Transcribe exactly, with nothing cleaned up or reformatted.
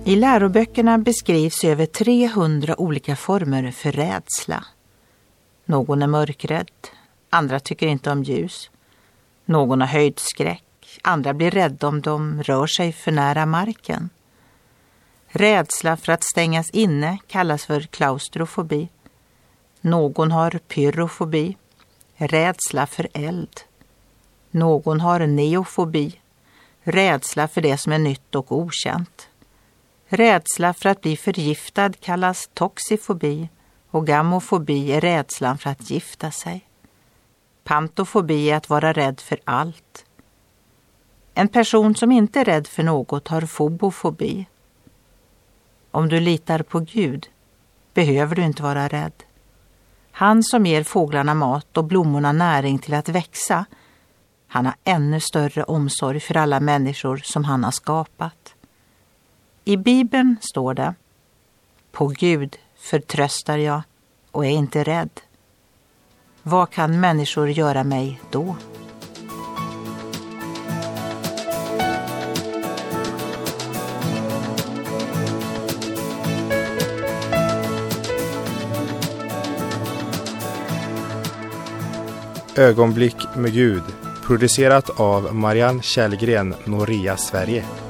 I läroböckerna beskrivs över trehundra olika former för rädsla. Någon är mörkrädd, andra tycker inte om ljus. Någon har höjdskräck, andra blir rädda om de rör sig för nära marken. Rädsla för att stängas inne kallas för klaustrofobi. Någon har pyrofobi, rädsla för eld. Någon har neofobi, rädsla för det som är nytt och okänt. Rädsla för att bli förgiftad kallas toxifobi och gamofobi är rädslan för att gifta sig. Pantofobi är att vara rädd för allt. En person som inte är rädd för något har fobofobi. Om du litar på Gud behöver du inte vara rädd. Han som ger fåglarna mat och blommorna näring till att växa, han har ännu större omsorg för alla människor som han har skapat. I Bibeln står det: på Gud förtröstar jag och är inte rädd. Vad kan människor göra mig då? Ögonblick med Gud, producerat av Marianne Källgren, Noria, Sverige.